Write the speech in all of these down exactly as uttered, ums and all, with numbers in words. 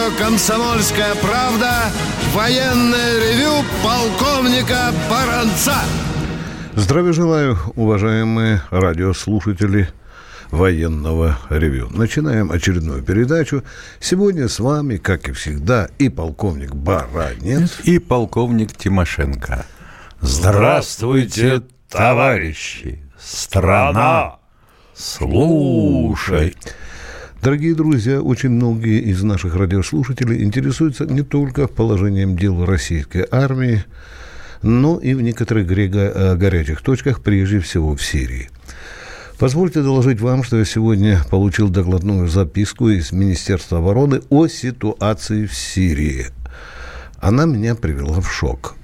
«Комсомольская правда». Военное ревю полковника Баранца. Здравия желаю, уважаемые радиослушатели военного ревю. Начинаем очередную передачу. Сегодня с вами, как и всегда, и полковник Баранец, и полковник Тимошенко. Здравствуйте, товарищи! Страна, слушай! Дорогие друзья, очень многие из наших радиослушателей интересуются не только положением дел российской армии, но и в некоторых горячих точках, прежде всего в Сирии. Позвольте доложить вам, что я сегодня получил докладную записку из Министерства обороны о ситуации в Сирии. Она меня привела в шок.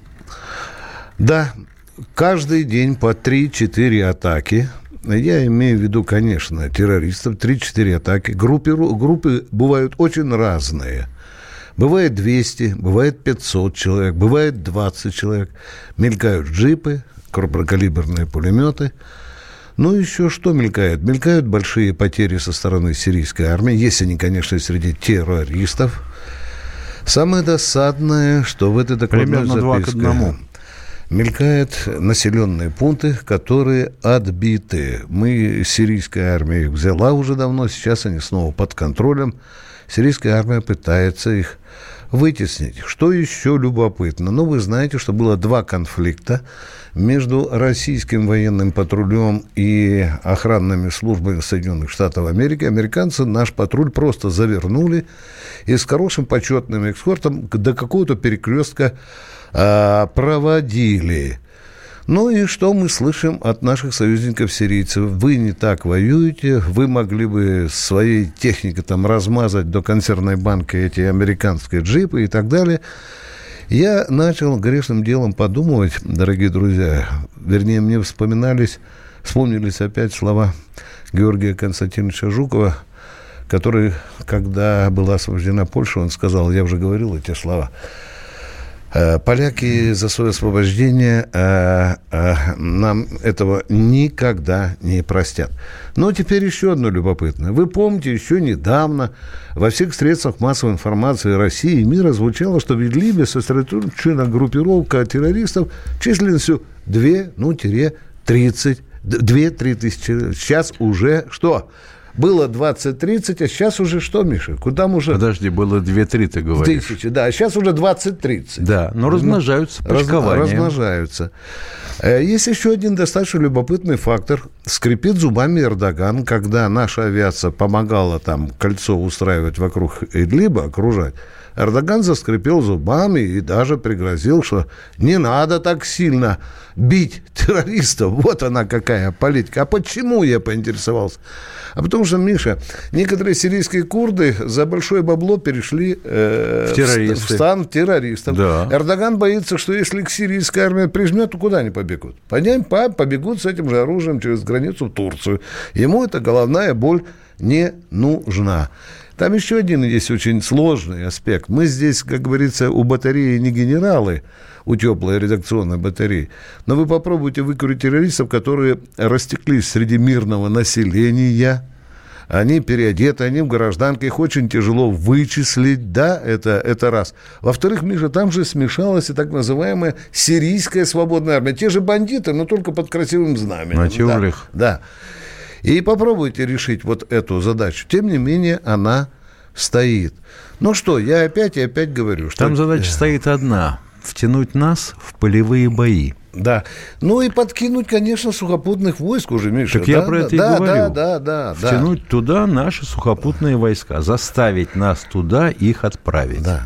Да, каждый день по три-четыре атаки. Я имею в виду, конечно, террористов. три-четыре атаки. Группы, группы бывают очень разные. Бывает двести, бывает пятьсот человек, бывает двадцать человек. Мелькают джипы, крупнокалиберные пулеметы. Ну, еще что мелькает? Мелькают большие потери со стороны сирийской армии, если они, конечно, среди террористов. Самое досадное, что в этой докладной записке мелькают населенные пункты, которые отбиты. Мы, сирийская армия их взяла уже давно, сейчас они снова под контролем. Сирийская армия пытается их вытеснить. Что еще любопытно? Ну, вы знаете, что было два конфликта между российским военным патрулем и охранными службами Соединенных Штатов Америки. Американцы наш патруль просто завернули и с хорошим почетным эскортом до какого-то перекрестка а, проводили. Ну и что мы слышим от наших союзников-сирийцев? Вы не так воюете, вы могли бы своей техникой там размазать до консервной банки эти американские джипы и так далее. Я начал грешным делом подумывать, дорогие друзья, вернее, мне вспоминались, вспомнились опять слова Георгия Константиновича Жукова, который, когда была освобождена Польша, он сказал, я уже говорил эти слова, поляки за свое освобождение а, а, нам этого никогда не простят. Но теперь еще одно любопытное. Вы помните, еще недавно во всех средствах массовой информации России и мира звучало, что в Идлибе сосредоточена группировка террористов численностью два, ну, тридцать, два-три тысячи. Сейчас уже что? Было двадцать-тридцать, а сейчас уже что, Миша? Куда мы уже? Подожди, было два-три, ты говоришь. Тысячи, да, а сейчас уже двадцать-тридцать. Да, но размножаются почкованием. Размножаются. Есть еще один достаточно любопытный фактор. Скрипит зубами Эрдоган, когда наша авиация помогала там кольцо устраивать вокруг Идлиба, окружать. Эрдоган заскрипел зубами и даже пригрозил, что не надо так сильно бить террористов. Вот она какая политика. А почему, я поинтересовался? А потому что, Миша, некоторые сирийские курды за большое бабло перешли э, в, в стан террористов. Да. Эрдоган боится, что если к сирийской армии прижмет, то куда они побегут? Понятно, побегут с этим же оружием через границу в Турцию. Ему эта головная боль не нужна. Там еще один есть очень сложный аспект. Мы здесь, как говорится, у батареи не генералы, у теплой редакционной батареи, но вы попробуйте выкурить террористов, которые растеклись среди мирного населения. Они переодеты, они в гражданке, их очень тяжело вычислить, да, это, это раз. Во-вторых, Миша, там же смешалась и так называемая сирийская свободная армия. Те же бандиты, но только под красивым знаменем. Натюрлих. Да, да. И попробуйте решить вот эту задачу. Тем не менее, она стоит. Ну что, я опять и опять говорю, что... Там задача стоит одна. Втянуть нас в полевые бои. Да. Ну и подкинуть, конечно, сухопутных войск уже, Миша. Так да, я про это да, и говорю. Да, да, да, Втянуть да. туда наши сухопутные войска. Заставить нас туда их отправить. Да.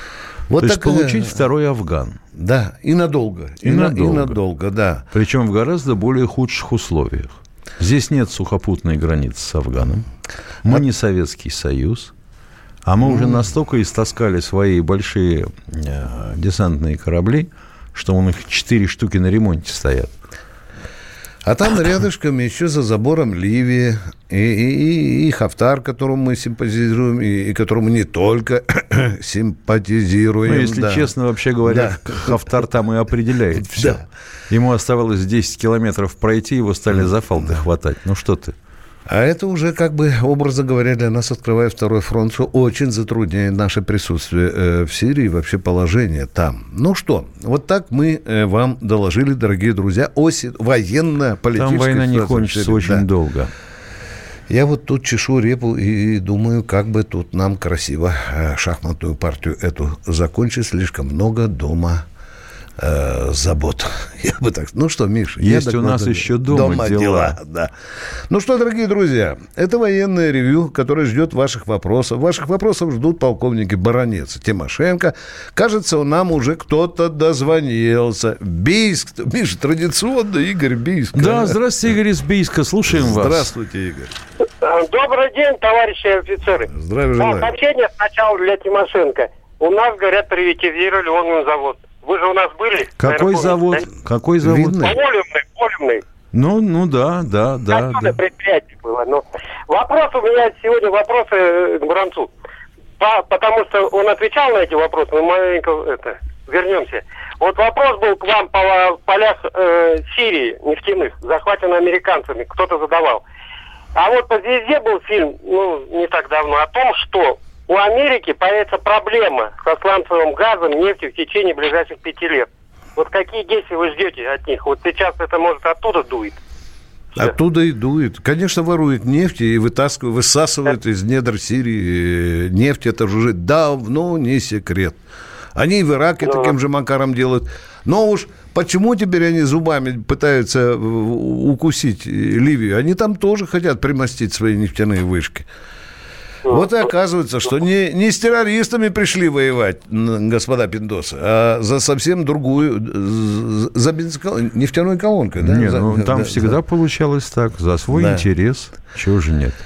Вот То так, есть получить второй Афган. Да, и надолго. И, и надолго. И надолго, да. Причем в гораздо более худших условиях. Здесь нет сухопутной границы с Афганом. Мы а... не Советский Союз. А мы mm. уже настолько истаскали свои большие э, десантные корабли, что у них четыре штуки на ремонте стоят. А там рядышком еще за забором Ливия и, и, и, и Хафтар, которому мы симпатизируем, и, и которому не только симпатизируем. Ну, если да. честно, вообще говоря, да. Хафтар там и определяет все. Да. Ему оставалось десять километров пройти, его стали за фалды да. хватать. Ну что ты? А это уже, как бы, образно говоря, для нас, открывая второй фронт, что очень затрудняет наше присутствие э, в Сирии и вообще положение там. Ну что, вот так мы э, вам доложили, дорогие друзья, о си... военно-политической Там война не ситуации кончится очень да. долго. Я вот тут чешу репу и думаю, как бы тут нам красиво э, шахматную партию эту закончить. Слишком много дома э, забот. Я бы так... Ну что, Миша? Есть у нас еще дома, дома дела. дела да. Ну что, дорогие друзья, это военное ревью, которое ждет ваших вопросов. Ваших вопросов ждут полковники Баранец, Тимошенко. Кажется, нам уже кто-то дозвонился. Бийск. Миша, традиционно Игорь Бийск. Да, здравствуйте, Игорь из Бийска. Слушаем вас. Здравствуйте, Игорь. Добрый день, товарищи офицеры. Здравия желаю. Сообщение сначала для Тимошенко. У нас, говорят, приватизировали он завод. Вы же у нас были? Какой наверное, завод? помните, да? Какой завод? Полимный, полимный. Ну, ну да, да, да. да. предприятие было. Но вопрос у меня сегодня, вопросы к Баранцу. По, потому что он отвечал на эти вопросы, мы маленько это, вернемся. Вот вопрос был к вам по полях э, Сирии нефтяных, захваченных американцами, кто-то задавал. А вот по «Звезде» был фильм, ну, не так давно, о том, что у Америки появится проблема со сланцевым газом, нефтью в течение ближайших пяти лет. Вот какие действия вы ждете от них? Вот сейчас это, может, оттуда дует? Оттуда и дует. Конечно, ворует нефть и вытаскивает, высасывает из недр Сирии нефть. Это же уже давно не секрет. Они и в Ираке да. таким же макаром делают. Но уж почему теперь они зубами пытаются укусить Ливию? Они там тоже хотят примостить свои нефтяные вышки. Вот и оказывается, что не, не с террористами пришли воевать, господа пиндосы, а за совсем другую, за бензокол... нефтяной колонкой. Да? Нет, за, ну там да, всегда да. получалось так, за свой да. интерес. Чего же нет?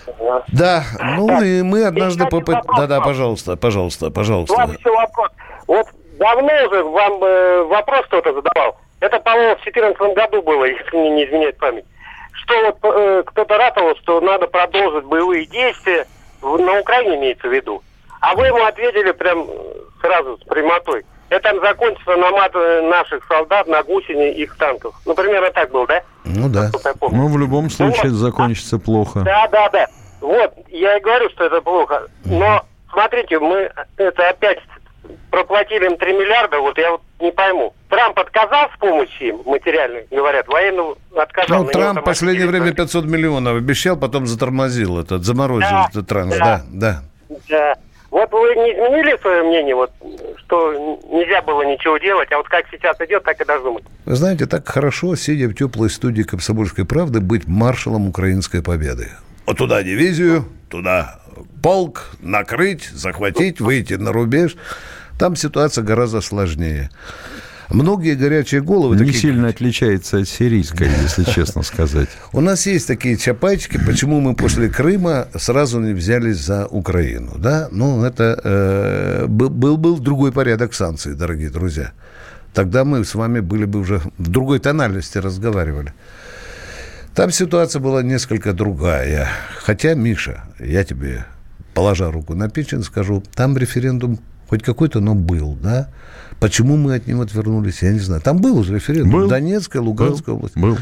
Да, ну и мы однажды попытались... Да-да, пожалуйста, пожалуйста, пожалуйста. Вам еще вопрос. Вот давно уже вам э, вопрос кто-то задавал. Это, по-моему, в две тысячи четырнадцатом году было, если мне не изменяет память. Что вот э, кто-то ратовал, что надо продолжить боевые действия, на Украине имеется в виду. А вы ему ответили прям сразу с прямотой. Это закончится наматывание наших солдат на гусени их танков. Ну, примерно так было, да? Ну, да. Ну, в любом случае, ну, это закончится плохо. Да, да, да. Вот, я и говорю, что это плохо. Но, смотрите, мы это опять проплатили им три миллиарда, вот я вот не пойму. Трамп отказал в помощи им материальной, говорят, военному отказал. Ну, Трамп в последнее время пятьсот миллионов обещал, потом затормозил этот, заморозил да, этот транс. Да, да, да. да. Вот вы не изменили свое мнение, вот, что нельзя было ничего делать, а вот как сейчас идет, так и должно быть. Вы знаете, так хорошо, сидя в теплой студии «Комсомольской правды», быть маршалом украинской победы. Вот туда дивизию, туда полк, накрыть, захватить, выйти на рубеж. Там ситуация гораздо сложнее. Многие горячие головы... Не такие... сильно отличается от сирийской, если честно сказать. У нас есть такие чапайчики, почему мы после Крыма сразу не взялись за Украину. Да? Ну, это э, был, был другой порядок санкций, дорогие друзья. Тогда мы с вами были бы уже в другой тональности разговаривали. Там ситуация была несколько другая. Хотя, Миша, я тебе, положа руку на печень, скажу, там референдум хоть какой-то, но был, да? Почему мы от него отвернулись, я не знаю. Там был уже референдум. Был. Донецкая, Луганская был. область. Был.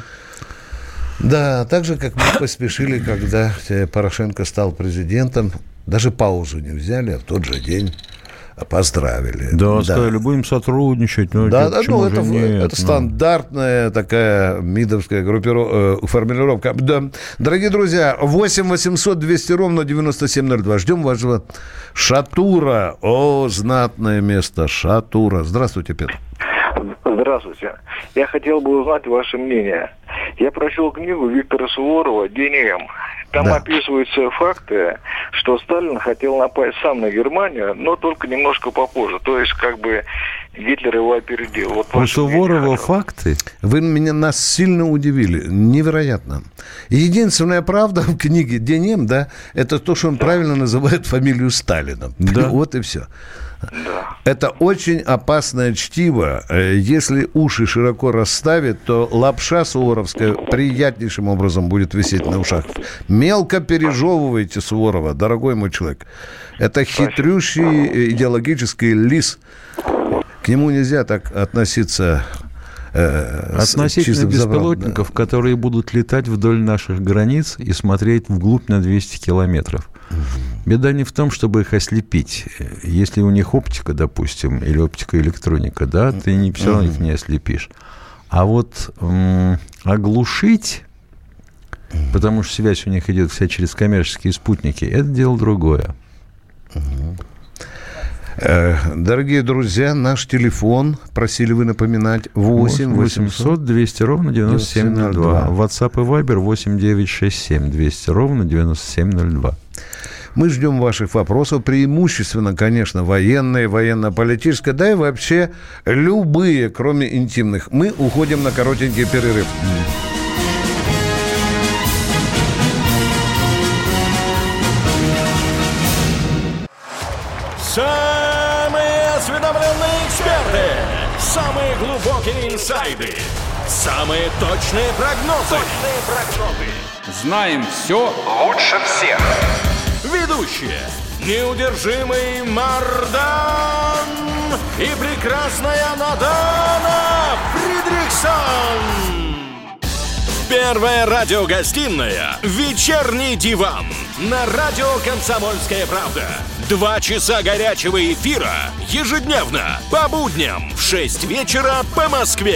Да, так же, как мы поспешили, когда Порошенко стал президентом, даже паузу не взяли, а в тот же день поздравили. Да, да. Сказали, будем сотрудничать. Ну, да, да, ну, это, нет, это ну. стандартная такая мидовская группировка, э, формулировка. Да. Дорогие друзья, восемь восемьсот двести ровно девяносто семь ноль два. Ждем вашего Шатура. О, знатное место Шатура. Здравствуйте, Петр. Здравствуйте. Я хотел бы узнать ваше мнение. Я прочел книгу Виктора Суворова «День М». Там да. описываются факты, что Сталин хотел напасть сам на Германию, но только немножко попозже. То есть, как бы, Гитлер его опередил. Вот у Суворова факты? Вы меня нас сильно удивили. Невероятно. Единственная правда в книге «День М», да, это то, что он да. правильно называет фамилию Сталина. Да. Вот и все. Да. Это очень опасное чтиво. Если уши широко расставить, то лапша суворовская приятнейшим образом будет висеть на ушах. Мелко пережевывайте Суворова, дорогой мой человек. Это хитрющий идеологический лис. К нему нельзя так относиться э, относительно беспилотников, забрал, да. которые будут летать вдоль наших границ и смотреть вглубь на двести километров. Угу. Беда не в том, чтобы их ослепить. Если у них оптика, допустим, или оптика-электроника, да, ты не, все равно угу. их не ослепишь. А вот м- оглушить, угу. потому что связь у них идет вся через коммерческие спутники, это дело другое. Угу. Дорогие друзья, наш телефон, просили вы напоминать, восемь восемьсот двести ровно девяносто семь ноль два. WhatsApp и Viber восемь девятьсот шестьдесят семь двести ровно девяносто семь ноль два. Мы ждем ваших вопросов, преимущественно, конечно, военные, военно-политические, да и вообще любые, кроме интимных. Мы уходим на коротенький перерыв. Самые осведомленные эксперты, самые глубокие инсайды, самые точные прогнозы. Точные прогнозы. Знаем все лучше всех. Ведущие: неудержимый Мардан и прекрасная Надана Фридрихсон. Первая радиогостинная «Вечерний диван» на радио «Комсомольская правда». Два часа горячего эфира ежедневно по будням в шесть вечера по Москве.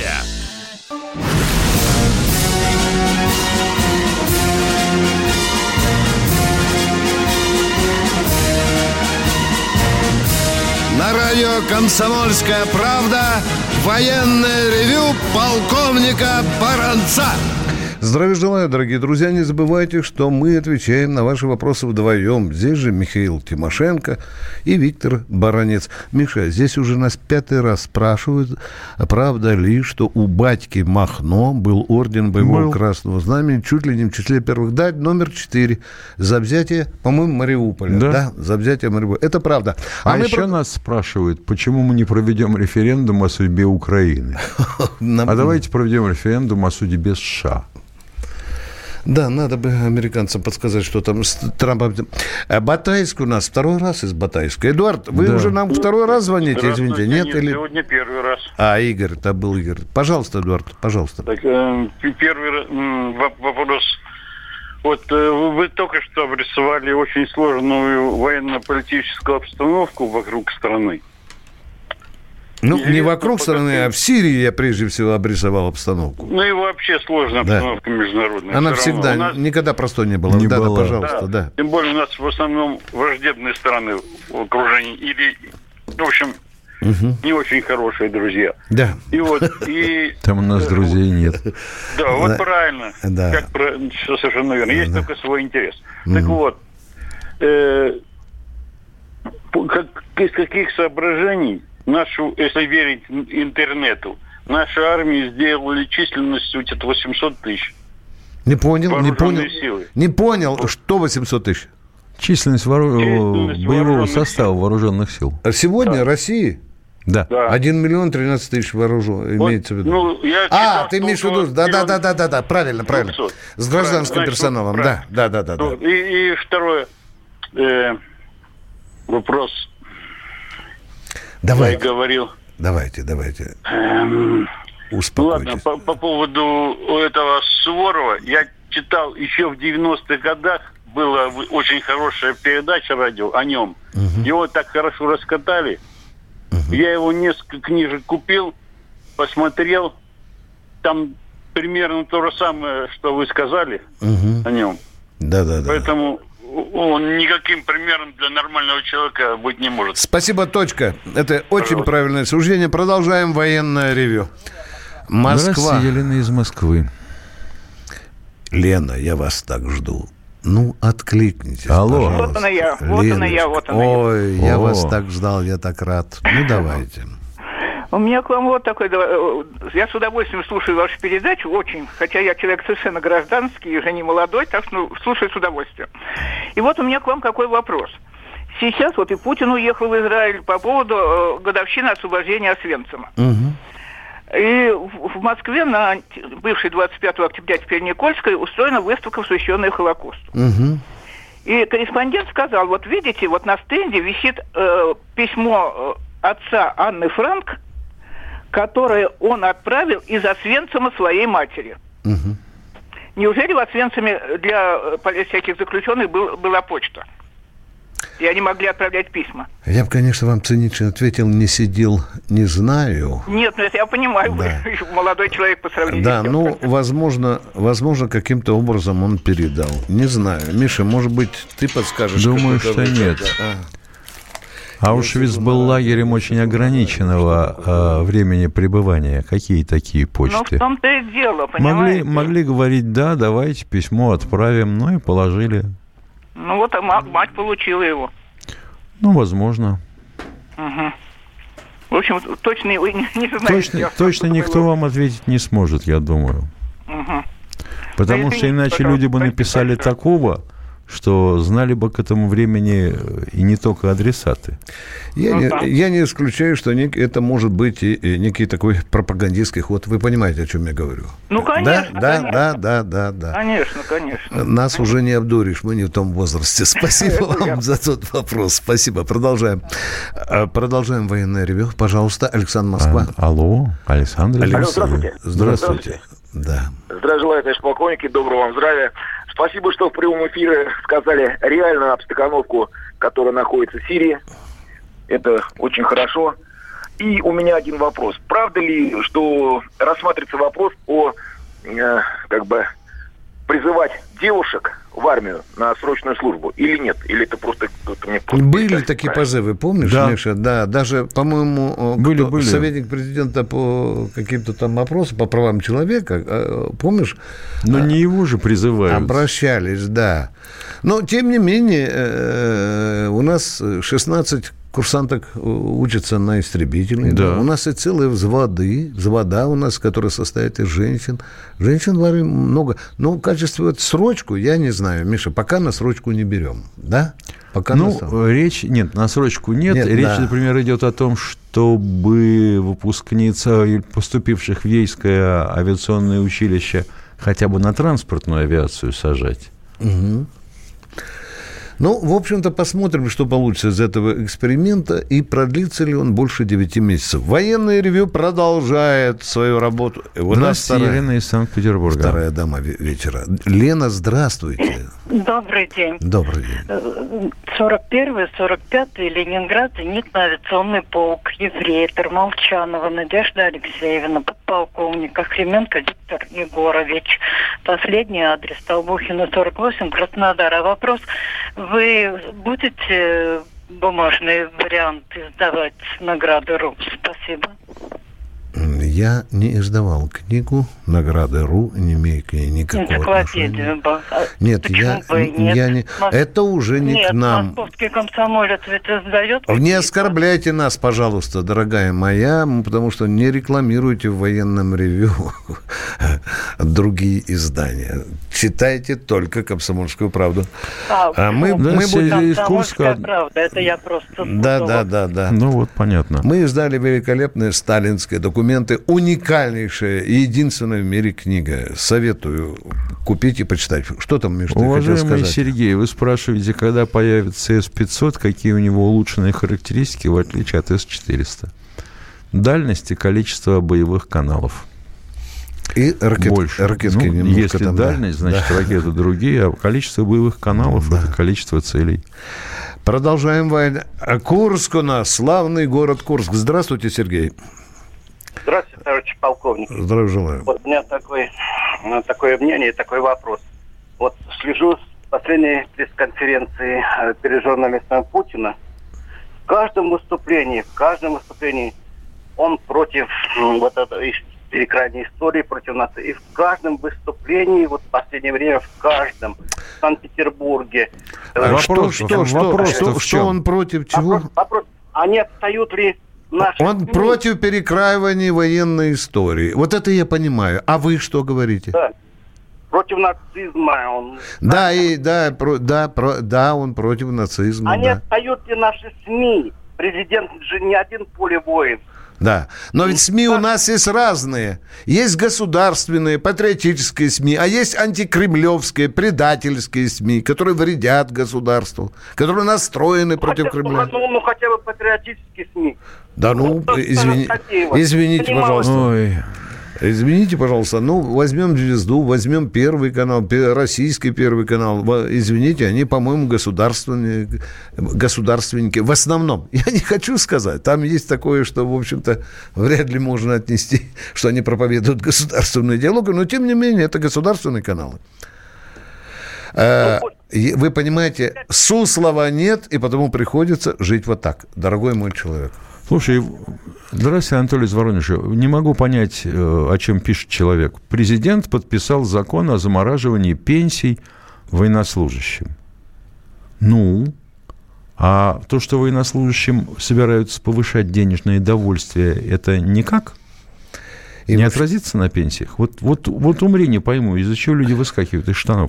На радио «Комсомольская правда» военное ревю полковника Баранца. Здравия желаю, дорогие друзья. Не забывайте, что мы отвечаем на ваши вопросы вдвоем. Здесь же Михаил Тимошенко и Виктор Баранец. Миша, здесь уже нас пятый раз спрашивают, правда ли, что у батьки Махно был орден боевого был. Красного Знамени, чуть ли не в числе первых. Да, номер четыре. За взятие, по-моему, Мариуполя. Да, да за взятие Мариуполя. Это правда. А, а еще про... нас спрашивают, почему мы не проведем референдум о судьбе Украины. А давайте проведем референдум о судьбе США. Да, надо бы американцам подсказать, что там с Трампом. Батайск у нас второй раз из Батайска. Эдуард, вы да. уже нам второй раз звоните, извините, нет? Нет, или... сегодня первый раз. А, Игорь, это был Игорь. Пожалуйста, Эдуард, пожалуйста. Так, э, первый э, вопрос. Вот э, вы только что обрисовали очень сложную военно-политическую обстановку вокруг страны. Ну, и не вокруг страны, а в Сирии я прежде всего обрисовал обстановку. Ну и вообще сложная обстановка да. международная. Она Все всегда, нас... никогда простой не была. Не да, была. да, пожалуйста, да. да. Тем более у нас в основном враждебные страны в окружении. Или, в общем, угу. не очень хорошие друзья. Да. И вот, и... Там у нас друзей нет. Да, вот правильно. Да. Как, совершенно верно. Есть только свой интерес. Так вот, из каких соображений нашу, если верить интернету, нашу армию сделали численностью где-то восемьсот тысяч. Не понял, не понял. Силы. Не понял, что восемьсот тысяч? Численность, воору... Численность боевого состава сил. Вооруженных сил. А сегодня да. России? Да. да. один миллион тринадцать тысяч вооружен, вот, имеется в виду. Ну, я а, читал, ты имеешь в виду, да, да, да, да, да, да, правильно, правильно. двухсот. С гражданским правильно, персоналом, значит, да, да, да, да. да. И, и второе, э, вопрос. Давайте. Я говорил. Давайте, давайте. Эм, Успокойтесь. Ладно, по, по поводу этого Суворова. Я читал еще в девяностых годах. Была очень хорошая передача радио о нем. Угу. Его так хорошо раскатали. Угу. Я его несколько книжек купил, посмотрел. Там примерно то же самое, что вы сказали угу. о нем. Да, да, да. Поэтому... он никаким примером для нормального человека быть не может. Спасибо, точка. Это очень Пожалуйста. Правильное суждение. Продолжаем военное ревью. Москва. Здравствуйте, Елена из Москвы. Лена, я вас так жду. Ну, откликнитесь, Алло. пожалуйста. Вот она я, вот Леночка. она я, вот она я. Ой, я О. вас так ждал, я так рад. Ну, давайте. У меня к вам вот такой... Я с удовольствием слушаю вашу передачу, очень, хотя я человек совершенно гражданский и уже не молодой, так что слушаю с удовольствием. И вот у меня к вам какой вопрос. Сейчас вот и Путин уехал в Израиль по поводу годовщины освобождения Освенцима. Угу. И в Москве на бывшей двадцать пятого октября, теперь Никольской, устроена выставка, посвященная Холокосту. Угу. И корреспондент сказал, вот видите, вот на стенде висит э, письмо э, отца Анны Франк, которое он отправил из Освенцима своей матери. Угу. Неужели в Освенциме для всяких заключенных был, была почта? И они могли отправлять письма? Я бы, конечно, вам цинично ответил, не сидел, не знаю. Нет, ну это я понимаю, да. Вы молодой человек по сравнению да, с тем. ну, конечно. возможно, возможно, каким-то образом он передал. Не знаю. Миша, может быть, ты подскажешь? Думаю, что нет. А. Аушвиц был лагерем очень ограниченного э, времени пребывания. Какие такие почты? Ну, в том-то и дело, Могли, понимаете? могли говорить, да, давайте письмо отправим, ну и положили. Ну, вот а мать получила его. Ну, возможно. Угу. В общем, точно вы не, не знаете. Точно, точно никто было. Вам ответить не сможет, я думаю. Угу. Потому да что иначе люди бы написали большое. Такого, что знали бы к этому времени и не только адресаты. Я, ну, не, да. я не исключаю, что не, это может быть и, и некий такой пропагандистский ход. Вы понимаете, о чем я говорю? Ну, конечно. Да, конечно. да, да, да, да. Конечно, конечно. Нас конечно. Уже не обдуришь, мы не в том возрасте. Спасибо вам за тот вопрос. Спасибо. Продолжаем. Продолжаем военное ревью. Пожалуйста, Александр, Москва. А, алло, Александр. Алло, здравствуйте. Здравствуйте. Да. Здравия желаю, товарищ полковники. Доброго вам здравия. Спасибо, что в прямом эфире сказали реальную обстановку, которая находится в Сирии. Это очень хорошо. И у меня один вопрос. Правда ли, что рассматривается вопрос о, э, как бы, призывать девушек в армию на срочную службу или нет? Или это просто кто-то мне... Просто были такие позывы, помнишь, да. Миша? Да, даже, по-моему, были, кто, были. советник президента по каким-то там вопросам, по правам человека, помнишь? Но не его же призывают. Обращались, да. Но, тем не менее, у нас шестнадцать курсанток учатся на истребителей. Да. У нас и целые взводы, взвода у нас, которые состоят из женщин. Женщин в армии много. Но в качестве вот срочку, я не знаю, Миша, пока на срочку не берем, да? Пока ну, на... речь, нет, на срочку нет. нет речь, да. например, идет о том, чтобы выпускница, поступивших в Ейское авиационное училище, хотя бы на транспортную авиацию сажать. Угу. Ну, в общем-то, посмотрим, что получится из этого эксперимента и продлится ли он больше девяти месяцев. Военное ревью продолжает свою работу. У нас Елена из Санкт-Петербурга. Вторая дама вечера. Лена, здравствуйте. Добрый день. Добрый день. сорок первый, сорок пятый Ленинград, зенитно-авиационный полк, ефрейтор Молчанова Надежда Алексеевна, подполковник Охрименко Виктор Егорович. Последний адрес Толбухина, сорок восемь, Краснодар. А вопрос: вы будете бумажный вариант издавать награды РУ? Спасибо. Я не издавал книгу «Награды.ру», не имею к ней никакого отношения. Нет, я, нет? я не... Это уже не нет, к нам. Московский комсомолец ведь издает... Не оскорбляйте нас, пожалуйста, дорогая моя, потому что не рекламируйте в военном ревью другие издания. Читайте только «Комсомольскую правду». А, а мы, да, мы будем... «Комсомольская правда», это я просто... Да, да, да, да. Ну вот, понятно. Мы издали великолепное сталинское документы, уникальнейшая и единственная в мире книга. Советую купить и почитать. Что там, Миша, ты хотел сказать? Уважаемый Сергей, вы спрашиваете, когда появится эс пятьсот, какие у него улучшенные характеристики, в отличие от эс четыреста. Дальность и количество боевых каналов. И ракет, больше. ракетки ну, немножко если там, дальность, да. значит, да. ракеты другие, а количество боевых каналов да. – это количество целей. Продолжаем войну. Курск у нас, славный город Курск. Здравствуйте, Сергей. Здравствуйте, товарищ полковник. Здравия желаю. Вот у меня такой, такое мнение, такой вопрос. Вот слежу с последней пресс-конференции перед местного Путина. В каждом выступлении, в каждом выступлении он против вот этой перекрайней истории, против нас. И в каждом выступлении, вот в последнее время, в каждом, в Санкт-Петербурге. А вопрос, что, что, что, вопрос что, что он против чего? Вопрос, вопрос, они отстают ли наши... Он СМИ? Против перекраивания военной истории. Вот это я понимаю. А вы что говорите? Да. Против нацизма. Он... Да, и, да, про, да, про, да, он против нацизма. Они да. отстают ли наши СМИ? Президент же не один поле воин. Да, но ведь СМИ у нас есть разные. Есть государственные, патриотические СМИ, а есть антикремлевские, предательские СМИ, которые вредят государству, которые настроены против хотя, Кремля. Ну, ну, хотя бы патриотические СМИ. Да ну, извини, извините, пожалуйста. Ой. Извините, пожалуйста, ну, возьмем «Звезду», возьмем Первый канал, российский Первый канал. Извините, они, по-моему, государственные, государственники. В основном, я не хочу сказать, там есть такое, что, в общем-то, вряд ли можно отнести, что они проповедуют государственную идеологию, но, тем не менее, это государственные каналы. Вы понимаете, суслова нет, и потому приходится жить вот так, дорогой мой человек. Слушай, здравствуйте, Анатолий из Воронежа. Не могу понять, о чем пишет человек. Президент подписал закон о замораживании пенсий военнослужащим. Ну, а то, что военнослужащим собираются повышать денежное довольствие, это никак? И не отразится на пенсиях? Вот, вот, вот умри, не пойму, из-за чего люди выскакивают из штанов.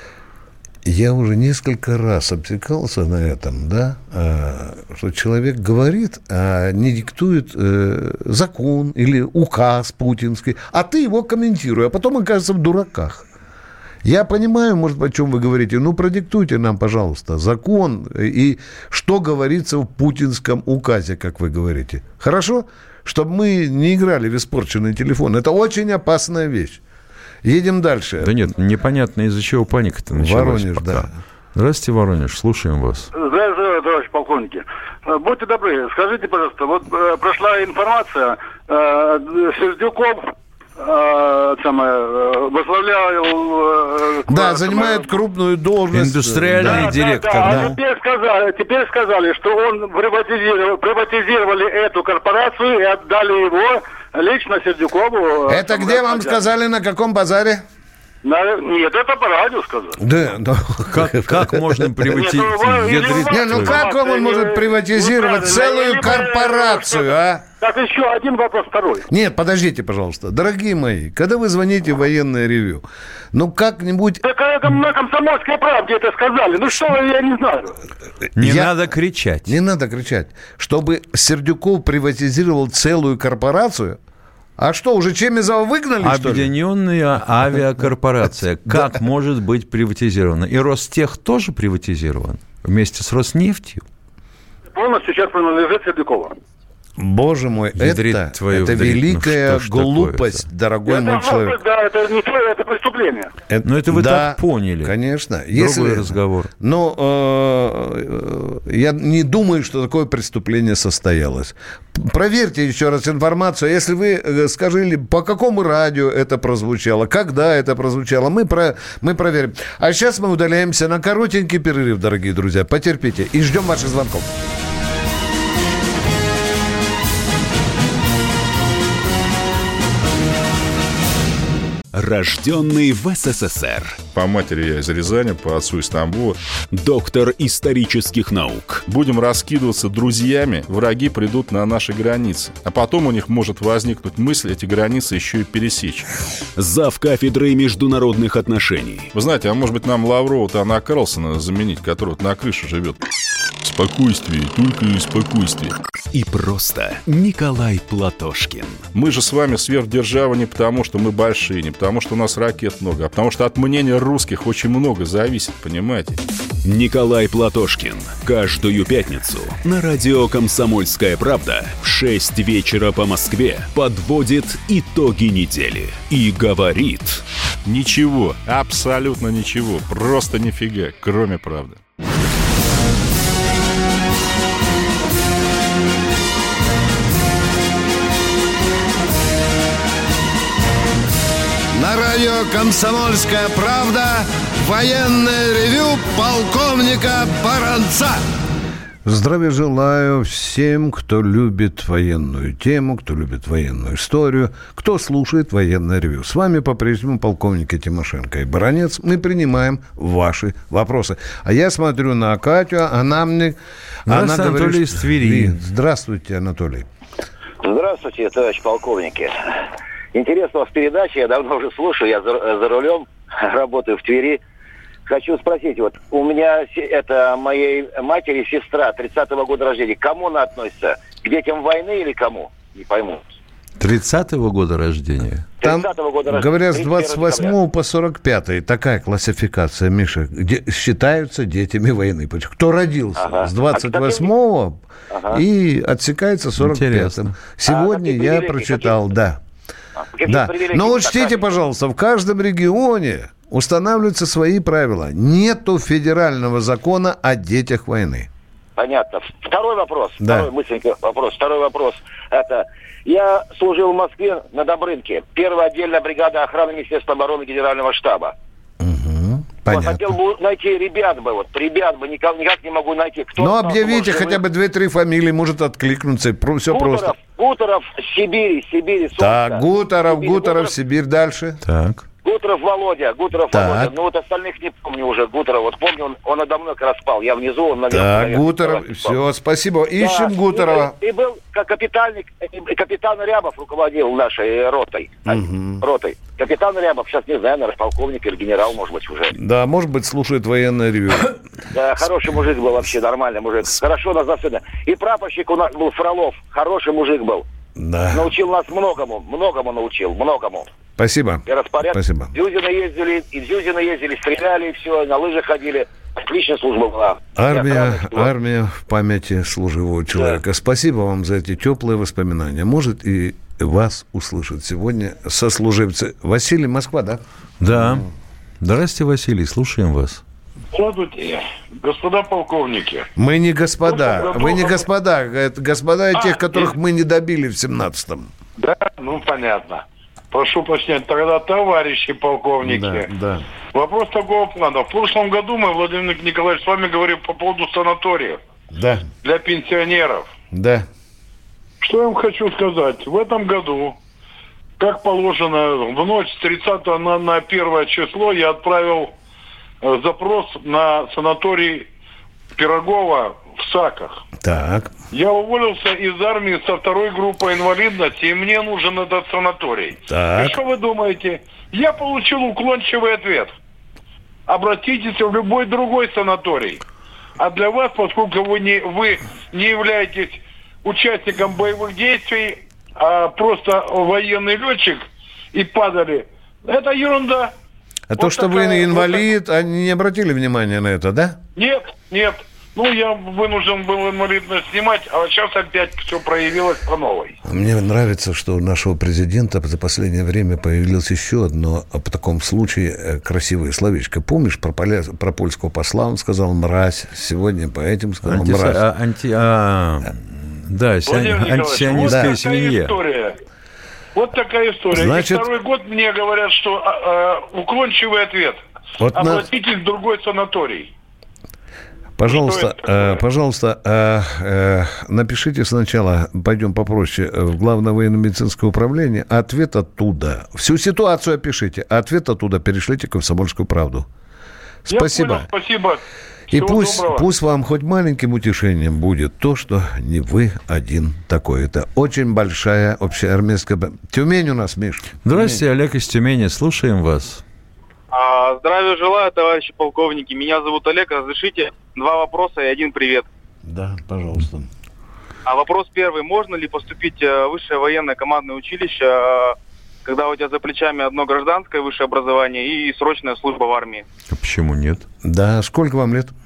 Я уже несколько раз обтекался на этом, да, что человек говорит, а не диктует закон или указ путинский, а ты его комментируй, а потом оказывается в дураках. Я понимаю, может, о чем вы говорите, ну, продиктуйте нам, пожалуйста, закон и что говорится в путинском указе, как вы говорите. Хорошо? Чтобы мы не играли в испорченный телефон. Это очень опасная вещь. Едем дальше. Да нет, непонятно, из-за чего паника-то началась. Воронеж, пока. да. Здравствуйте, Воронеж, слушаем вас. Здравия желаю, товарищ полковники. Будьте добры, скажите, пожалуйста, вот э, прошла информация, э, Сердюков э, самое, возглавлял... Э, да, занимает крупную должность. Индустриальный да, директор. Да, да. Да. А теперь сказали, теперь сказали, что он приватизировал, приватизировали эту корпорацию и отдали его лично Сердюкову. Это где вам сказали, на каком базаре? На... Нет, это по радио сказали. Да, да. Как, как можно приватизировать? Не, ну как он может приватизировать целую корпорацию, а? Так, еще один вопрос, второй. Нет, подождите, пожалуйста. Дорогие мои, когда вы звоните в военное ревью, ну как-нибудь... Так это на «Комсомольской правде» это сказали. Ну что, я не знаю. Не я... надо кричать. Не надо кричать. Чтобы Сердюков приватизировал целую корпорацию... А что, уже Чемизова выгнали, что ли? Объединенная авиакорпорация. Как может быть приватизирована? И Ростех тоже приватизирован вместе с Роснефтью? Полностью сейчас принадлежит Сердюкову. Боже мой, Ядрит это, твою это вдрит. великая Ну, глупость, дорогой это, мой человек. Да, это не твое, это преступление. Это, Но это вы да, так поняли. Конечно. Другой Если, разговор. Но э, я не думаю, что такое преступление состоялось. Проверьте еще раз информацию. Если вы скажите, по какому радио это прозвучало, когда это прозвучало, мы, про, мы проверим. А сейчас мы удаляемся на коротенький перерыв, дорогие друзья. Потерпите. И ждем ваших звонков. Рожденный в СССР. По матери я из Рязани, по отцу из Тамбова. Доктор исторических наук. Будем раскидываться друзьями, враги придут на наши границы. А потом у них может возникнуть мысль эти границы еще и пересечь. Зав. Кафедрой международных отношений. Вы знаете, а может быть нам Лаврова-то Анна Карлсона заменить, который вот на крыше живет? Спокойствие, только и спокойствие. И просто Николай Платошкин. Мы же с вами сверхдержава не потому, что мы большие, не потому, что у нас ракет много, а потому что от мнения русских очень много зависит, понимаете? Николай Платошкин. Каждую пятницу на радио «Комсомольская правда» в шесть вечера по Москве подводит итоги недели и говорит... Ничего, абсолютно ничего, просто нифига, кроме правды. На радио «Комсомольская правда» военное ревю полковника Баранца. Здравия желаю всем, кто любит военную тему, кто любит военную историю, кто слушает военное ревю. С вами по-прежнему полковники Тимошенко и Баранец. Мы принимаем ваши вопросы. А я смотрю на Катю, она мне... Здравствуйте, она Анатолий говорит, из Твери. Здравствуйте, Анатолий. Здравствуйте, товарищ полковники. Интересна у вас передача, я давно уже слушаю, я за, за рулем, работаю в Твери. Хочу спросить, вот у меня это моей матери сестра тридцатого года рождения. К кому она относится? К детям войны или кому? Не пойму. тридцатого года рождения? Там, года говорят, с рождения, двадцать восьмого по сорок пятый такая классификация, Миша, где считаются детьми войны. Кто родился Ага. с двадцать восьмого Ага. и отсекается сорок пятым. Интересно. Сегодня А, я какие прочитал, привилегии? да. Какие Да. привилегии? Но учтите, Такая- пожалуйста, в каждом регионе устанавливаются свои правила. Нету федерального закона о детях войны. Понятно. Второй вопрос. Да. Второй мысленький вопрос. Второй вопрос. Это я служил в Москве на Добрынке. Первая отдельная бригада охраны Министерства обороны Генерального штаба. Вот, Понятно. хотел бы найти ребят бы, вот, ребят бы, никак, никак не могу найти. Кто Но знал, объявите может, хотя вы- бы две-три фамилии, может откликнуться. Все Гуторов, просто. Гуторов, Сибири, Сибири, Солнце. Так, Гуторов, Сибирь, Гуторов, Сибирь, дальше. Так. Гуторов Володя, Гуторов Так. Володя. Ну вот остальных не помню уже. Гуторов, вот помню, он, он надо мной как раз спал. Я внизу, он наверху. Так, наверху Гуторов, спал. все, спасибо. Ищем Да, Гуторова. И, и был как капитальник, и капитан Рябов руководил нашей ротой. Мгм. Ротой. Капитан Рябов, сейчас не знаю, наверное, полковник или генерал, может быть, уже. Да, может быть, слушает военное ревю. Да, хороший мужик был вообще, нормальный мужик. Хорошо нас заслуженно. И прапорщик у нас был Фролов, хороший мужик был. Да. Научил нас многому, многому научил, многому. Спасибо. И распорядок. Спасибо. В Зюзино ездили, и в Зюзино ездили, стреляли, и все, на лыжах ходили. Отличная служба была. Армия, Я сразу, что- армия в памяти служивого человека. Спасибо вам за эти теплые воспоминания. Может, и вас услышат сегодня сослуживцы. Василий, Москва, да? Да. Здравствуйте, Василий, слушаем вас. Здравствуйте, господа полковники. Мы не господа. Ну, Вы не ну, господа. Это господа А, тех, которых и- мы не добили в семнадцатом. Да, ну понятно. Прошу прощения, тогда товарищи полковники. Да, да. Вопрос такого плана. В прошлом году мы, Владимир Николаевич, с вами говорили по поводу санаториев Да, для пенсионеров. да. Что я вам хочу сказать? В этом году, как положено, в ночь с тридцатого на, на первое число я отправил э, запрос на санаторий Пирогова в Саках. Так. Я уволился из армии со второй группой инвалидности, и мне нужен этот санаторий. Так. И что вы думаете? Я получил уклончивый ответ. Обратитесь в любой другой санаторий. А для вас, поскольку вы не, вы не являетесь участником боевых действий, а просто военный летчик и падали, это ерунда. А то, что такая- вы инвалид, они не обратили внимания на это, да? Нет, нет. Ну, я вынужден был инвалидность снимать, а сейчас опять все проявилось по новой. Мне нравится, что у нашего президента за последнее время появилось еще одно, а, по такому случаю, э, красивое словечко. Помнишь, про, поля... про польского посла он сказал «мразь», сегодня по этим сказал Антиса- «мразь». а, анти- а, да, ся- Владимир Николаевич, антисионистская вот такая свинья. история. Вот такая история. Значит- И второй год мне говорят, что а, а, уклончивый ответ. Вот на- Обратитесь в другой санаторий. Пожалуйста, э, пожалуйста, э, э, напишите сначала, пойдем попроще, э, в Главное военно-медицинское управление, а ответ оттуда. Всю ситуацию опишите, а ответ оттуда перешлите «Комсомольскую правду». Я Спасибо. понял, спасибо. И Всего пусть, доброго. пусть вам хоть маленьким утешением будет то, что не вы один такой. Это очень большая общеармейская... б- Тюмень у нас, Миш. Здравствуйте, Олег из Тюмени, слушаем вас. А, здравия желаю, товарищи полковники. Меня зовут Олег. Разрешите два вопроса и один привет. Да, пожалуйста. А вопрос первый. Можно ли поступить в высшее военное командное училище, э, когда у тебя за плечами одно гражданское высшее образование и срочная служба в армии? А почему нет? Да, сколько вам лет?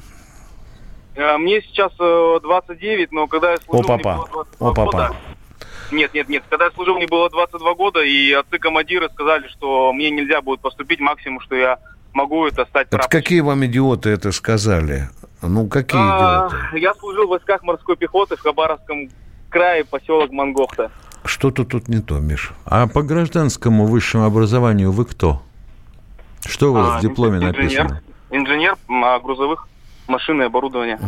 Э, Мне сейчас э, двадцать девять, но когда я служил, О, мне папа. было двадцать два О, папа. года. Нет, нет, нет. Когда я служил, мне было двадцать два года, и отцы-командиры сказали, что мне нельзя будет поступить. Максимум, что я могу, это стать Это прапорщиком. какие вам идиоты это сказали? Ну, какие А, идиоты? Я служил в войсках морской пехоты в Хабаровском крае, поселок Мангохта. Что-то тут не то, Миш. А по гражданскому высшему образованию вы кто? Что у вас А, в дипломе инженер, написано? Инженер м, грузовых машин и оборудования.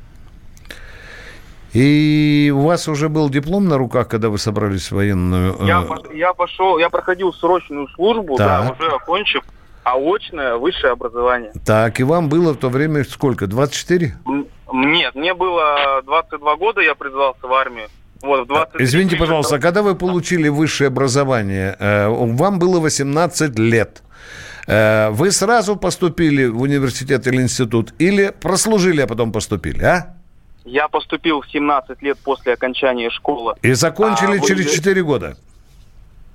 И у вас уже был диплом на руках, когда вы собрались в военную... э, Я, пош- я пошел, я проходил срочную службу, да, Так. уже окончив, а очное высшее образование. Так, и вам было в то время сколько? двадцать четыре? М, Нет, мне было двадцать два года, я призвался в армию. Вот, в двадцать три Извините, пришел- пожалуйста, когда вы получили высшее образование, э, вам было восемнадцать лет. Э, Вы сразу поступили в университет или институт, или прослужили, а потом поступили, а? Я поступил в семнадцать лет после окончания школы. И закончили А, в через универ- четыре года.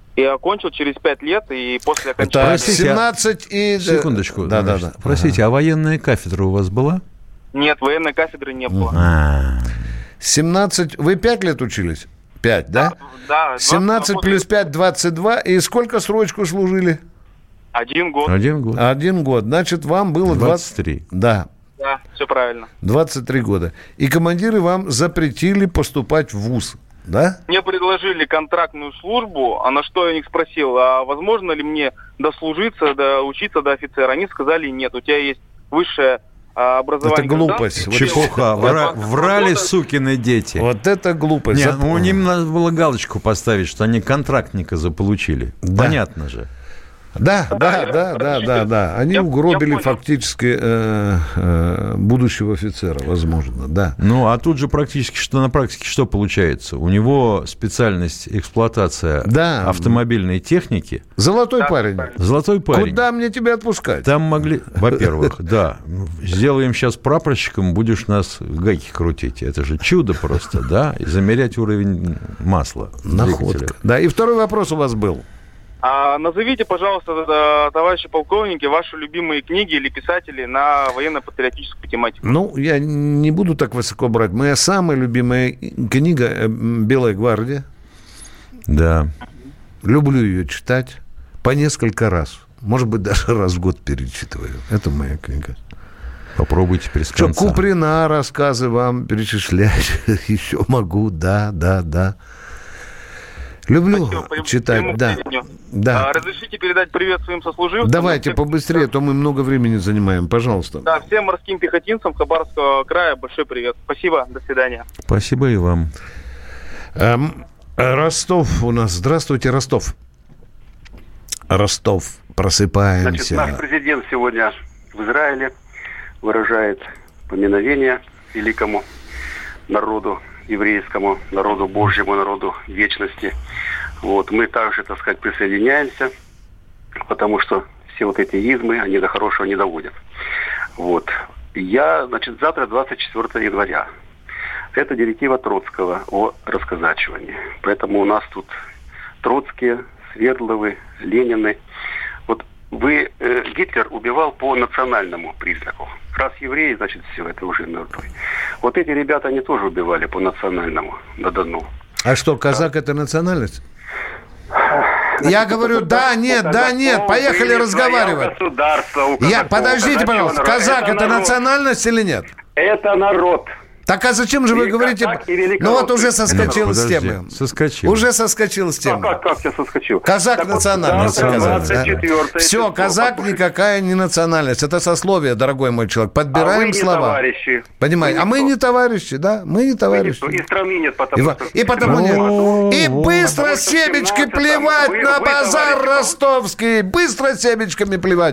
И окончил через пять лет, и после окончания... Это семнадцать и... Секундочку. Да, да, да. Простите, ага. А военная кафедра у вас была? Нет, военной кафедры не было. А-а-а. семнадцать... Вы пять лет учились? пять, да? Да. семнадцать плюс пять, двадцать два. И сколько срочку служили? Один год. Один год. Один год. Значит, вам было двадцать три. Да. Да, все правильно. двадцать три года. И командиры вам запретили поступать в вуз, да? Мне предложили контрактную службу, а на что я у них спросил, а возможно ли мне дослужиться, доучиться до офицера? Они сказали, нет, у тебя есть высшее а, образование. Это глупость. Вот чепуха. Вра- врали сукины дети. Вот это глупость. Нет, ну, им надо было галочку поставить, что они контрактника заполучили. Да. Понятно же. Да, да, да, да, да, да. Они я, угробили я фактически э, э, будущего офицера, возможно, да. Ну, а тут же практически, что на практике что получается? У него специальность эксплуатация да. автомобильной техники. Золотой да. парень. Золотой парень. Куда мне тебя отпускать? Там могли, во-первых, да, сделаем сейчас прапорщиком, будешь нас гайки крутить. Это же чудо просто, да, и замерять уровень масла. Находка. Да, и второй вопрос у вас был. А назовите, пожалуйста, товарищи полковники, ваши любимые книги или писатели на военно-патриотическую тематику. Ну, я не буду так высоко брать. Моя самая любимая книга «Белая гвардия». Да. Люблю ее читать по несколько раз. Может быть, даже раз в год перечитываю. Это моя книга. Попробуйте теперь с конца. Что, Куприна рассказы вам перечислять еще могу, да, да, да. Люблю Спасибо, читать, да. да. А, разрешите передать привет своим сослуживцам? Давайте побыстрее, а то мы много времени занимаем, пожалуйста. Да, всем морским пехотинцам Хабаровского края большой привет. Спасибо, до свидания. Спасибо и вам. Эм, Ростов у нас. Здравствуйте, Ростов. Ростов, просыпаемся. Значит, наш президент сегодня в Израиле выражает поминовение великому народу, еврейскому народу, Божьему народу вечности. Вот. Мы также, так сказать, присоединяемся, потому что все вот эти измы, они до хорошего не доводят. Вот. Я, значит, завтра, двадцать четвёртого января. Это директива Троцкого о расказачивании. Поэтому у нас тут Троцкие, Свердловы, Ленины. Вот вы, э, Гитлер убивал по национальному признаку. Раз евреи, значит, все, это уже мертвый. Вот эти ребята, они тоже убивали по национальному, на Дону. А что, казак да. это национальность? Значит, я говорю, да, нет, да, нет, поехали разговаривать. Я, подождите, пожалуйста, казак это, это национальность или нет? Это народ. Так а зачем же вы и говорите... Ну вот уже соскочил Нет, с темы. Соскочил. Уже соскочил с темы. А как, как я соскочил? Казак так национальность. Вот, казак, да? Все, казак никакая не национальность. Это сословие, дорогой мой человек. Подбираем а вы слова. Товарищи. Понимаете? А мы не товарищи, да? Мы не товарищи. И страны нет, потому и, что... И потому нет. И быстро семечки плевать на базар ростовский. Быстро семечками плевать.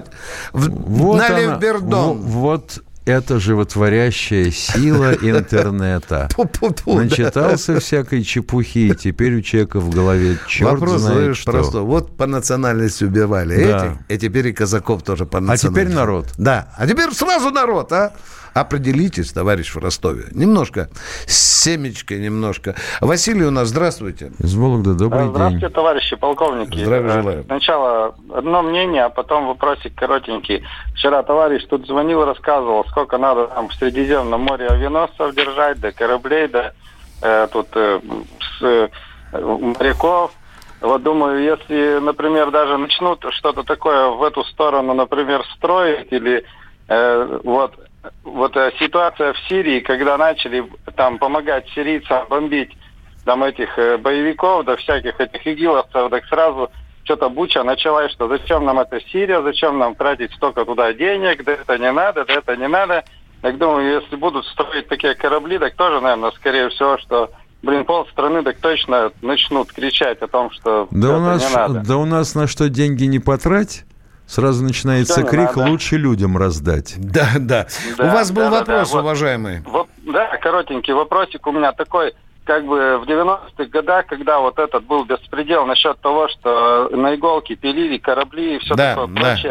На Левбердон. Вот... Это животворящая сила интернета. Начитался всякой чепухи, и теперь у человека в голове черт Вопрос знает что. Просто. Вот по национальности убивали да. этих, и теперь и казаков тоже по национальности. А теперь народ. Да, а теперь сразу народ, а? Определитесь, товарищ в Ростове. Немножко с семечкой, немножко. Василий у нас, здравствуйте. Из Вологды, добрый день. Здравствуйте, товарищи полковники. Здравия желаю. Сначала одно мнение, а потом вопросик коротенький. Вчера товарищ тут звонил, рассказывал, сколько надо там в Средиземном море авианосцев держать, да кораблей, да э, тут э, с, э, моряков. Вот думаю, если, например, даже начнут что-то такое в эту сторону, например, строить, или э, вот... Вот э, ситуация в Сирии, когда начали там помогать сирийцам бомбить там этих э, боевиков, да всяких этих игиловцев, так сразу что-то буча началась, что зачем нам эта Сирия, зачем нам тратить столько туда денег, да это не надо, да это не надо. Так думаю, если будут строить такие корабли, так тоже, наверное, скорее всего, что, блин, полстраны так точно начнут кричать о том, что да это у нас, не надо. Да у нас на что деньги не потрать? Сразу начинается что крик «лучше людям раздать». Да, да. да у вас был да, вопрос, да, уважаемый. Вот, да, коротенький вопросик у меня такой. Как бы в девяностых годах, когда вот этот был беспредел насчет того, что на иголке пилили корабли и все да, такое да, прочее. Да.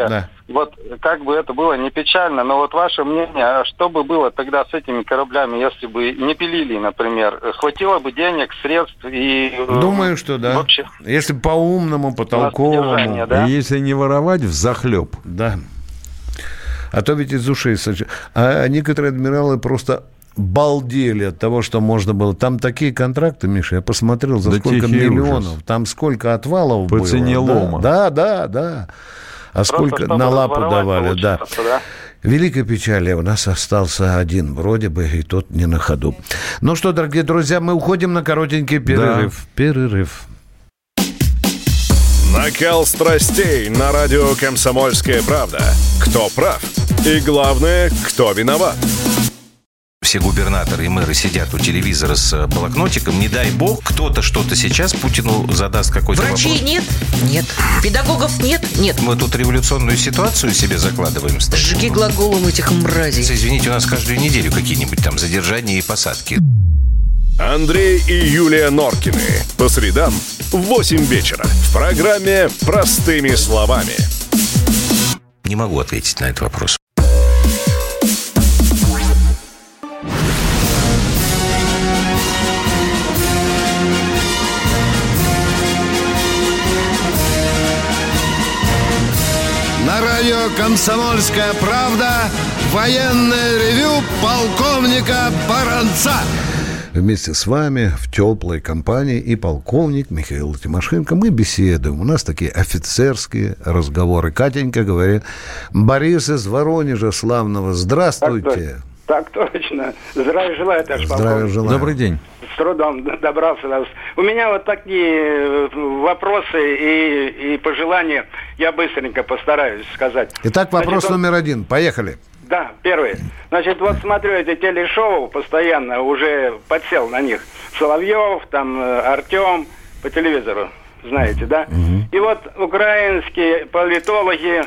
вот как бы это было не печально, но вот ваше мнение, а что бы было тогда с этими кораблями, если бы не пилили, например? Хватило бы денег, средств и... Думаю, что да. Вообще... Если по-умному, по-толковому. Да? Если не воровать взахлеб. Да. А то ведь из ушей сочи. А некоторые адмиралы просто балдели от того, что можно было. Там такие контракты, Миша, я посмотрел, за да сколько миллионов. Ужас. Там сколько отвалов по было. По цене лома. Да, да, да. А просто сколько на лапу давали, да. да. Великой печали у нас остался один, вроде бы, и тот не на ходу. Ну что, дорогие друзья, мы уходим на коротенький перерыв. Да. Перерыв. Накал страстей на радио «Комсомольская правда». Кто прав? И главное, кто виноват? Все губернаторы и мэры сидят у телевизора с блокнотиком. Не дай бог, кто-то что-то сейчас Путину задаст какой-то Врачей вопрос. нет? Нет. Педагогов нет? Нет. Мы тут революционную ситуацию себе закладываем. Жги глаголом этих мразей. Извините, у нас каждую неделю какие-нибудь там задержания и посадки. Андрей и Юлия Норкины. По средам в восемь вечера. В программе «Простыми словами». Не могу ответить на этот вопрос. На радио «Комсомольская правда» военное ревю полковника Баранца. Вместе с вами в теплой компании и полковник Михаил Тимошенко. Мы беседуем. У нас такие офицерские разговоры. Катенька говорит: Борис из Воронежа славного, здравствуйте. Так, так точно. Здравия желаю, товарищ полковник. Здравия желаю. Добрый день. С трудом добрался до вас. У меня вот такие вопросы и, и пожелания. Я быстренько постараюсь сказать. Итак, вопрос Значит, номер один. Поехали. Да, первый. Значит, вот смотрю эти телешоу постоянно, уже подсел на них. Соловьев, там, Артем, по телевизору, знаете, да? Угу. И вот украинские политологи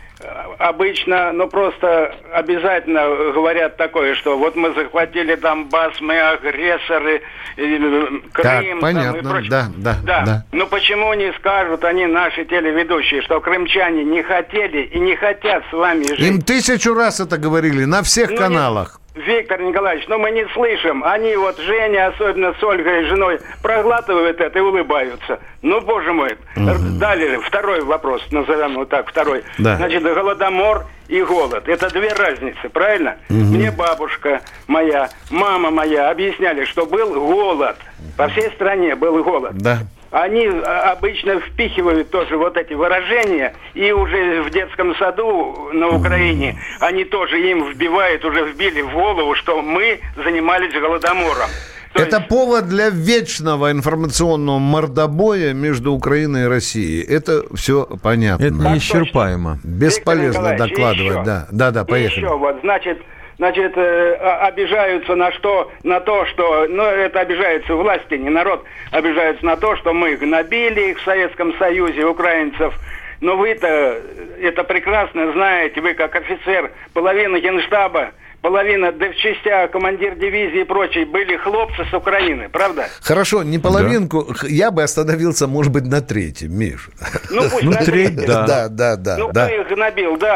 обычно, ну, просто обязательно говорят такое, что вот мы захватили Донбасс, мы агрессоры, Крым, так, понятно, там, и прочее. Да, да, да. да. Ну, почему не скажут они, наши телеведущие, что крымчане не хотели и не хотят с вами жить? Им тысячу раз это говорили на всех ну, каналах. Виктор Николаевич, ну мы не слышим. Они вот, Женя, особенно с Ольгой, женой, проглатывают это и улыбаются. Ну, боже мой. Угу. Далее, второй вопрос, назовем вот так, второй. Да. Значит, голодомор и голод. Это две разницы, правильно? Угу. Мне бабушка моя, мама моя объясняли, что был голод. По всей стране был голод. Да. Они обычно впихивают тоже вот эти выражения, и уже в детском саду на Украине они тоже им вбивают, уже вбили в голову, что мы занимались голодомором. То Это есть... повод для вечного информационного мордобоя между Украиной и Россией. Это все понятно. Это неисчерпаемо. Бесполезно докладывать. Да, да, да, поехали. Еще вот, значит... Значит, э, обижаются на что? На то, что... Ну, это обижаются власти, не народ. Обижаются на то, что мы гнобили их в Советском Союзе, украинцев. Но вы-то это прекрасно знаете. Вы, как офицер, половина генштаба, половина в частях, командир дивизии и прочие, были хлопцы с Украины, правда? Хорошо, не половинку. Да. Я бы остановился, может быть, на третьем, Миш. Ну, пусть ну, на треть, да. Да, да, да. Ну, да. кто их гнобил, да,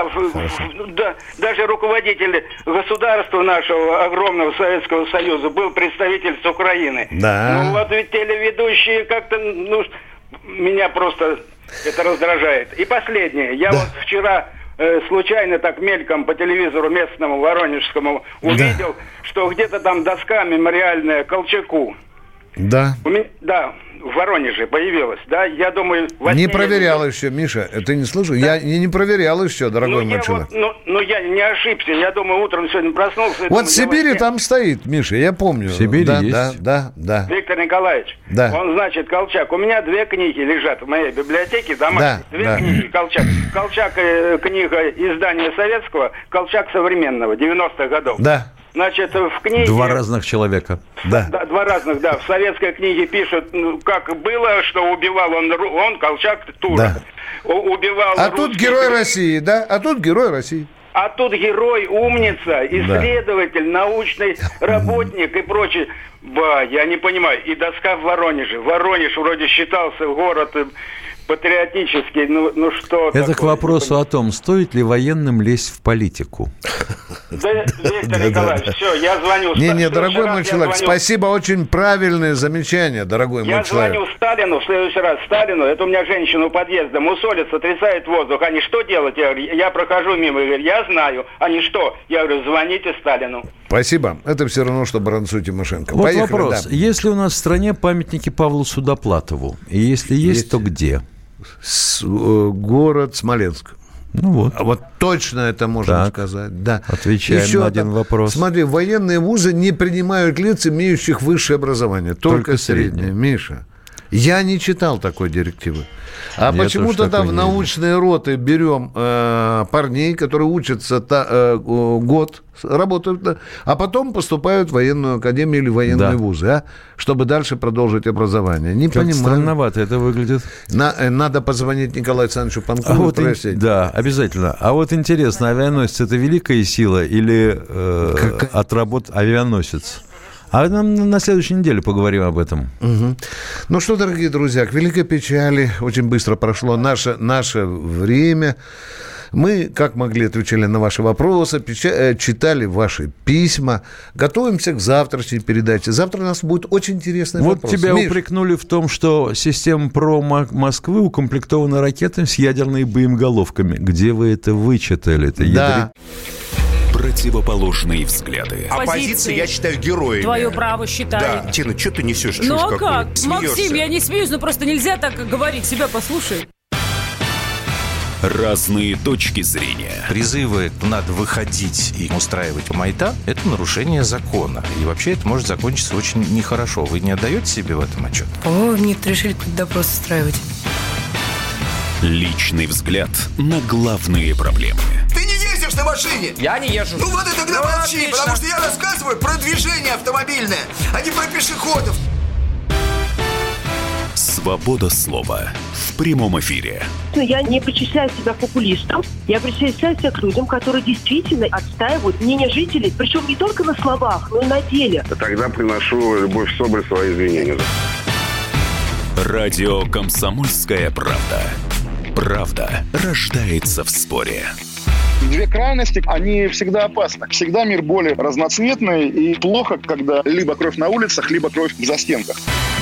да. Даже руководитель государства нашего огромного Советского Союза был представитель с Украины. Да. Ну, вот ведь телеведущие как-то, ну, меня просто это раздражает. И последнее. Я да. вот вчера... случайно так мельком по телевизору местному воронежскому увидел, да. что где-то там доска мемориальная Колчаку. Да. У меня, да, в Воронеже появилась, да, я думаю... Не проверял я... еще, Миша, ты не слышал? Да. Я не, не проверял еще, дорогой ну, мой человек. Вот, ну, ну, я не ошибся, я думаю, утром сегодня проснулся... Вот думаю, в Сибири я... там стоит, Миша, я помню. В Сибири да, есть. Да, да, да. Виктор Николаевич, да. он, значит, Колчак. У меня две книги лежат в моей библиотеке домашней. Да, две да. книги Колчак. Колчак, э, книга издания советского, Колчак современного, девяностых годов. Да. Значит, в книге... Два разных человека. Да. да. Два разных, да. В советской книге пишут, ну, как было, что убивал он, он Колчак, Турок. Да. Убивал а русских... тут герой России, да? А тут герой России. А тут герой, умница, исследователь, да. научный работник и прочее. Ба, я не понимаю. И доска в Воронеже. Воронеж вроде считался город патриотический, ну, ну что Это такое? к вопросу о том, стоит ли военным лезть в политику. Да, Виктор Николаевич, все, я звоню. Не, не, дорогой мой человек, спасибо, очень правильное замечание, дорогой мой человек. Я звоню Сталину в следующий раз. Сталину, это у меня женщина у подъезда, мусолится, отрицает воздух. Они что делать? Я говорю, я прохожу мимо, я говорю, я знаю. Они что? Я говорю, звоните Сталину. Спасибо. Это все равно, что Баранцу Тимошенко. Вот Поехали, вопрос. да. Есть ли у нас в стране памятники Павлу Судоплатову? И если есть, есть. то где? С, э, город Смоленск. Ну вот. А вот точно это можно так. сказать. Да. Отвечаем Еще на один там, вопрос. Смотри, военные вузы не принимают лиц, имеющих высшее образование. Только, только среднее. Миша. Я не читал такой директивы. А Я почему тогда в научные роты берем э, парней, которые учатся та, э, год, работают, а потом поступают в военную академию или военные да. вузы, а? Чтобы дальше продолжить образование? Не как понимаю. Странновато это выглядит. На, э, надо позвонить Николаю Александровичу Панкову. А вот ин... Да, обязательно. А вот интересно, авианосец – это великая сила или э, как... отработ... авианосец? А нам на следующей неделе поговорим об этом. Угу. Ну что, дорогие друзья, к великой печали очень быстро прошло наше, наше время. Мы, как могли, отвечали на ваши вопросы, печа- читали ваши письма. Готовимся к завтрашней передаче. Завтра у нас будет очень интересный вот вопрос. Вот тебя Миш. упрекнули в том, что система ПРО Москвы укомплектована ракетами с ядерными боеголовками. Где вы это вычитали? Это да. ядри... Противоположные взгляды. Оппозиция, я считаю, героями. Твое право считаю. Да. Тина, что ты несешь? Ну а как? Смеешься? Максим, я не смеюсь, но просто нельзя так говорить. Себя послушай. Разные точки зрения. Призывы «надо выходить и устраивать майдан» – это нарушение закона. И вообще это может закончиться очень нехорошо. Вы не отдаете себе в этом отчет? О, нет, решили какой-то допрос устраивать. Личный взгляд на главные проблемы. Ты не ездишь на машине? Я не езжу. Ну вот и тогда ну, молчи, отлично. потому что я рассказываю про движение автомобильное, а не про пешеходов. Свобода слова в прямом эфире. Я не причисляю себя к популистам. Я причисляю себя к людям, которые действительно отстаивают мнение жителей. Причем не только на словах, но и на деле. Тогда приношу Любовь Соболь свои извинения. Радио «Комсомольская правда». Правда рождается в споре. Две крайности, они всегда опасны. Всегда мир более разноцветный и плохо, когда либо кровь на улицах, либо кровь в застенках.